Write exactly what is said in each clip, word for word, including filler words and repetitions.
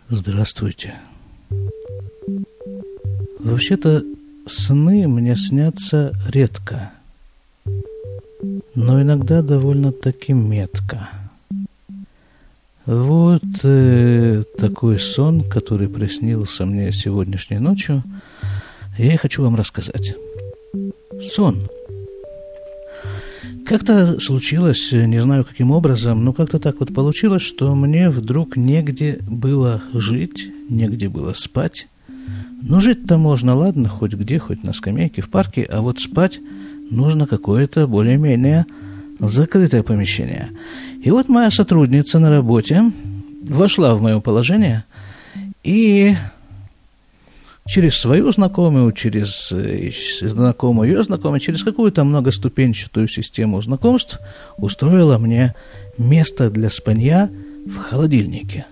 Здравствуйте. Вообще-то сны мне снятся редко, но иногда довольно-таки метко. Вот э, такой сон, который приснился мне сегодняшней ночью, я и хочу вам рассказать. Сон. Как-то случилось, не знаю каким образом, но как-то так вот получилось, что мне вдруг негде было жить, негде было спать. Ну, жить-то можно, ладно, хоть где, хоть на скамейке, в парке, а вот спать нужно какое-то более-менее закрытое помещение. И вот моя сотрудница на работе вошла в мое положение и через свою знакомую, через знакомую ее знакомую, через какую-то многоступенчатую систему знакомств устроила мне место для спанья в холодильнике.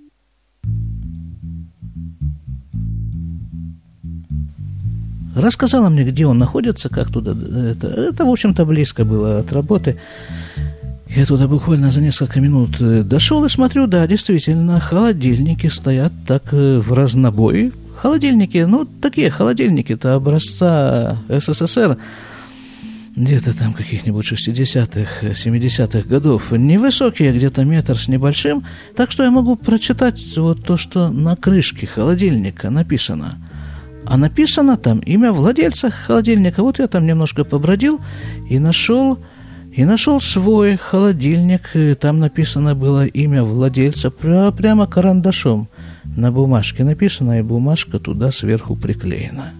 Рассказала мне, где он находится, как туда... Это, это, в общем-то, близко было от работы. Я туда буквально за несколько минут дошел и смотрю, да, действительно, холодильники стоят так в разнобой. Холодильники, ну, такие холодильники-то образца СССР, где-то там каких-нибудь шестидесятых, семидесятых годов, невысокие, где-то метр с небольшим, так что я могу прочитать вот то, что на крышке холодильника написано. А написано там имя владельца холодильника. Вот я там немножко побродил и нашел, и нашел свой холодильник. И там написано было имя владельца прямо карандашом. На бумажке написано, и бумажка туда сверху приклеена.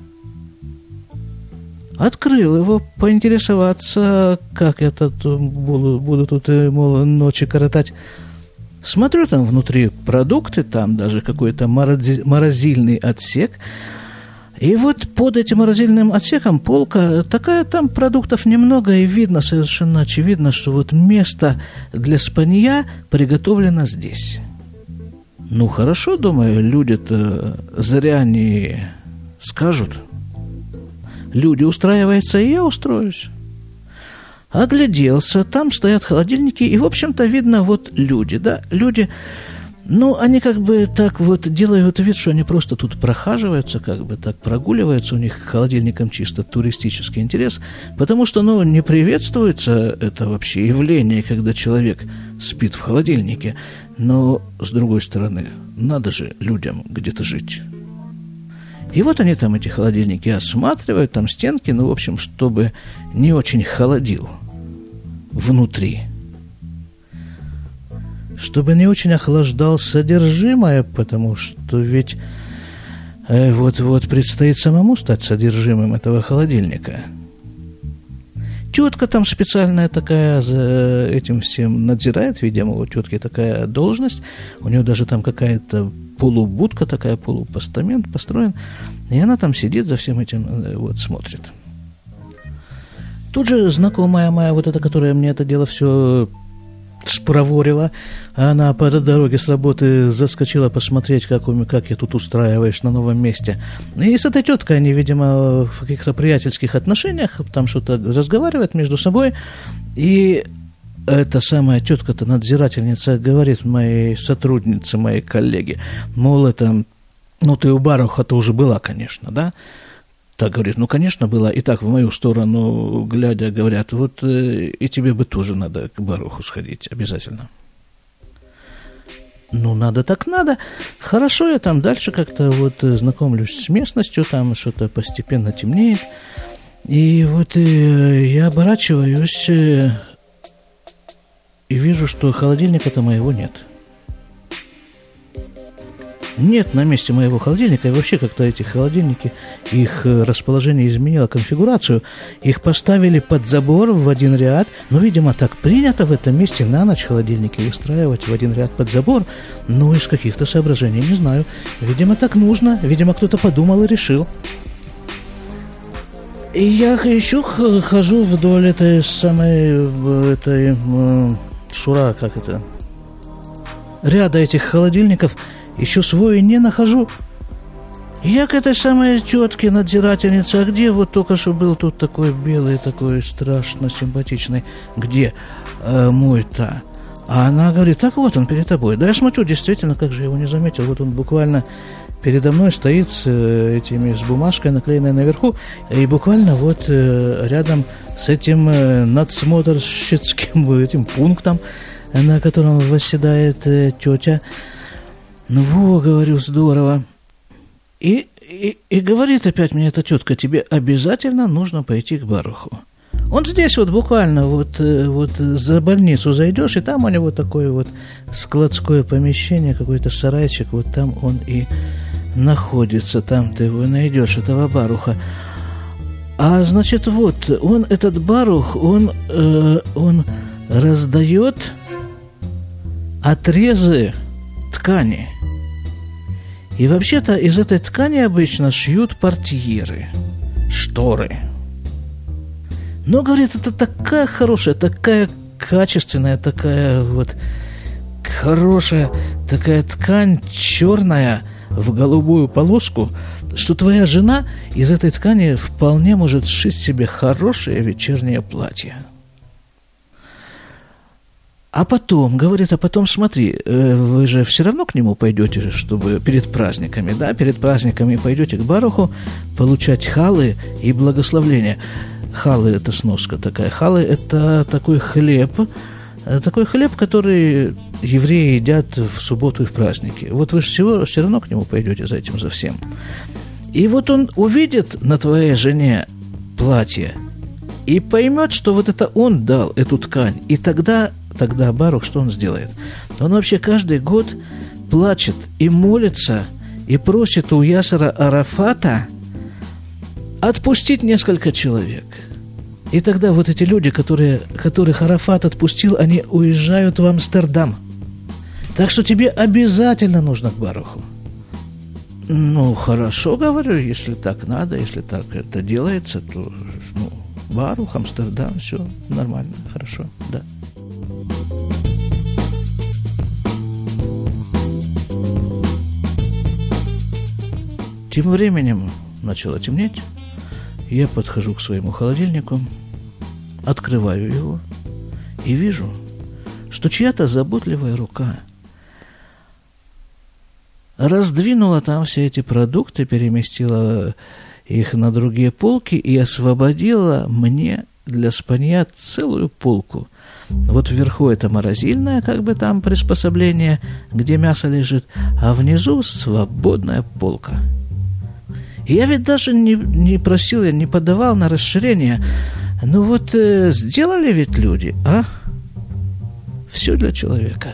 Открыл его, поинтересоваться, как я тут буду, буду тут, мол, ночи коротать. Смотрю, там внутри продукты, там даже какой-то морозильный отсек. И вот под этим морозильным отсеком полка, такая там продуктов немного, и видно, совершенно очевидно, что вот место для спанья приготовлено здесь. Ну, хорошо, думаю, люди-то зря не скажут. Люди устраиваются, и я устроюсь. Огляделся, там стоят холодильники, и, в общем-то, видно вот люди, да, люди... Ну, они как бы так вот делают вид, что они просто тут прохаживаются, как бы так прогуливаются, у них к холодильникам чисто туристический интерес, потому что, ну, не приветствуется это вообще явление, когда человек спит в холодильнике, но, с другой стороны, надо же людям где-то жить. И вот они там, эти холодильники, осматривают, там стенки, ну, в общем, чтобы не очень холодил внутри. Чтобы не очень охлаждал содержимое, потому что ведь э, вот-вот предстоит самому стать содержимым этого холодильника. Тетка там специальная такая за этим всем надзирает, видимо, у тетки такая должность, у нее даже там какая-то полубудка такая, полупостамент построен, и она там сидит за всем этим, э, вот, смотрит. Тут же знакомая моя, вот эта, которая мне это дело все... спроворила, она по дороге с работы заскочила посмотреть, как, как я тут устраиваюсь на новом месте. И с этой теткой они, видимо, в каких-то приятельских отношениях, там что-то разговаривают между собой, и эта самая тетка-то, надзирательница, говорит моей сотруднице, моей коллеге, мол, это, ну, ты у Баруха-то уже была, конечно, да? Так говорит, ну, конечно, была. И так в мою сторону, глядя, говорят, вот э, и тебе бы тоже надо к Баруху сходить, обязательно. Ну, надо так надо. Хорошо, я там дальше как-то вот знакомлюсь с местностью, там что-то постепенно темнеет. И вот э, я оборачиваюсь э, и вижу, что холодильника-то моего нет. Нет на месте моего холодильника, и вообще как-то эти холодильники, их расположение изменило конфигурацию, их поставили под забор в один ряд, но, видимо, так принято в этом месте на ночь холодильники выстраивать в один ряд под забор, ну, из каких-то соображений, не знаю, видимо, так нужно, видимо, кто-то подумал и решил. И я еще хожу вдоль этой самой, этой, шура, как это, ряда этих холодильников, еще свой не нахожу. Я к этой самой тетке, надзирательнице, а где вот только что был тут такой белый, такой страшно симпатичный, где э, мой-то? А она говорит, так вот он перед тобой. Да я смотрю, действительно, как же я его не заметил. Вот он буквально передо мной стоит с этими, с бумажкой, наклеенной наверху, и буквально вот рядом с этим надсмотрщицким этим пунктом, на котором восседает тетя. Ну, во, говорю, здорово. И, и, и говорит опять мне эта тетка, тебе обязательно нужно пойти к Баруху. Он здесь вот буквально вот, вот за больницу зайдешь, и там у него такое вот складское помещение, какой-то сарайчик, вот там он и находится, там ты его найдешь, этого Баруха. А значит, вот, он, этот Барух, он, э, он раздает отрезы ткани. И вообще-то из этой ткани обычно шьют портьеры, шторы. Но, говорит, это такая хорошая, такая качественная, такая вот хорошая, такая ткань черная в голубую полоску, что твоя жена из этой ткани вполне может сшить себе хорошее вечернее платье. А потом, говорит, а потом смотри, вы же все равно к нему пойдете, чтобы перед праздниками, да, перед праздниками пойдете к Баруху получать халы и благословления. Халы – это сноска такая. Халы – это такой хлеб, такой хлеб, который евреи едят в субботу и в праздники. Вот вы же всего, все равно к нему пойдете за этим, за всем. И вот он увидит на твоей жене платье и поймет, что вот это он дал эту ткань. И тогда, тогда Барух, что он сделает? Он вообще каждый год плачет и молится, и просит у Ясера Арафата отпустить несколько человек. И тогда вот эти люди, которые, которых Арафат отпустил, они уезжают в Амстердам. Так что тебе обязательно нужно к Баруху. Ну, хорошо, говорю, если так надо, если так это делается, то, ну, Барух, Амстердам, все нормально, хорошо, да. Тем временем начало темнеть. Я подхожу к своему холодильнику, открываю его и вижу, что чья-то заботливая рука раздвинула там все эти продукты, переместила их на другие полки и освободила мне для спанья целую полку. Вот вверху это морозильное, как бы там приспособление, где мясо лежит, а внизу свободная полка. Я ведь даже не, не просил, я не подавал на расширение. Ну вот э, сделали ведь люди, а? Все для человека.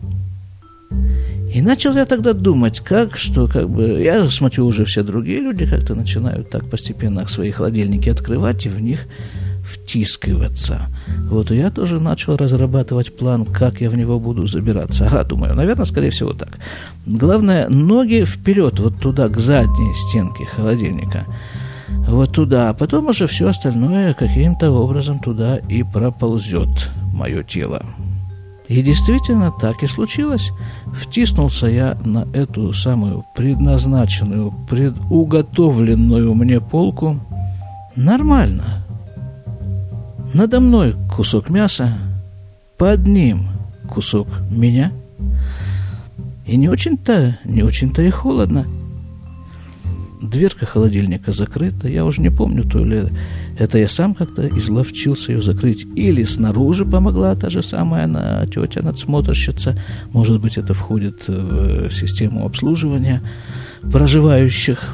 И начал я тогда думать, как, что, как бы... Я смотрю, уже все другие люди как-то начинают так постепенно свои холодильники открывать и в них втискиваться. Вот и я тоже начал разрабатывать план, как я в него буду забираться. Ага, думаю, наверное, скорее всего так. Главное, ноги вперед, вот туда, к задней стенке холодильника. Вот туда. А потом уже все остальное каким-то образом туда и проползет мое тело. И действительно так и случилось. Втиснулся я на эту самую предназначенную, предуготовленную мне полку. Нормально. Надо мной кусок мяса, под ним кусок меня. И не очень-то, не очень-то и холодно. Дверка холодильника закрыта. Я уже не помню, то ли это я сам как-то изловчился ее закрыть, или снаружи помогла та же самая она, тетя надсмотрщица. Может быть, это входит в систему обслуживания проживающих.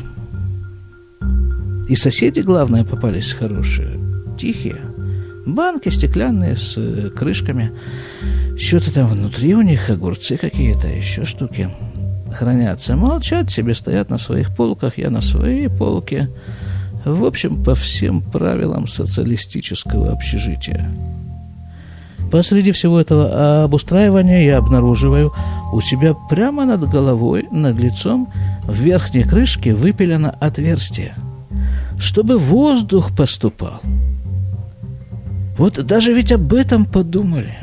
И соседи, главное, попались хорошие, тихие. Банки стеклянные с крышками. Что-то там внутри у них, огурцы какие-то, еще штуки хранятся. Молчат себе, стоят на своих полках, я на своей полке. В общем, по всем правилам социалистического общежития. Посреди всего этого обустраивания я обнаруживаю у себя прямо над головой, над лицом, в верхней крышке выпилено отверстие, чтобы воздух поступал. Вот даже ведь об этом подумали.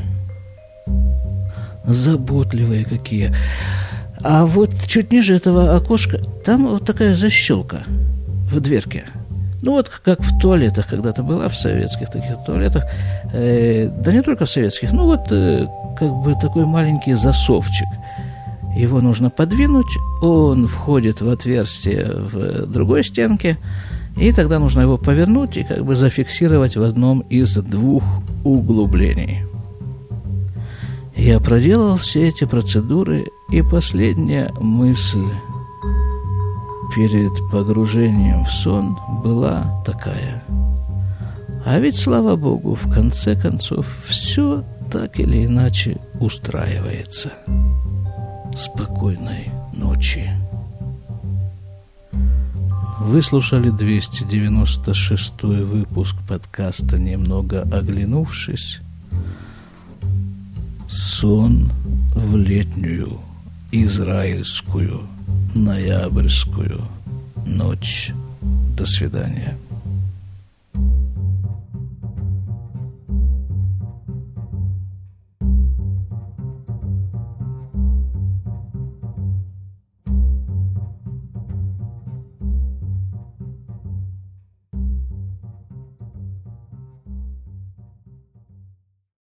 Заботливые какие. А вот чуть ниже этого окошка, там вот такая защелка в дверке. Ну вот как в туалетах когда-то была, в советских таких туалетах, э, да не только в советских, ну вот э, как бы такой маленький засовчик. Его нужно подвинуть, он входит в отверстие в другой стенке, и тогда нужно его повернуть и как бы зафиксировать в одном из двух углублений. Я проделал все эти процедуры, и последняя мысль перед погружением в сон была такая: а ведь, слава Богу, в конце концов все так или иначе устраивается. Спокойной ночи. Вы слушали двести девяносто шестой выпуск подкаста «Немного оглянувшись». Сон в летнюю израильскую ноябрьскую ночь. До свидания.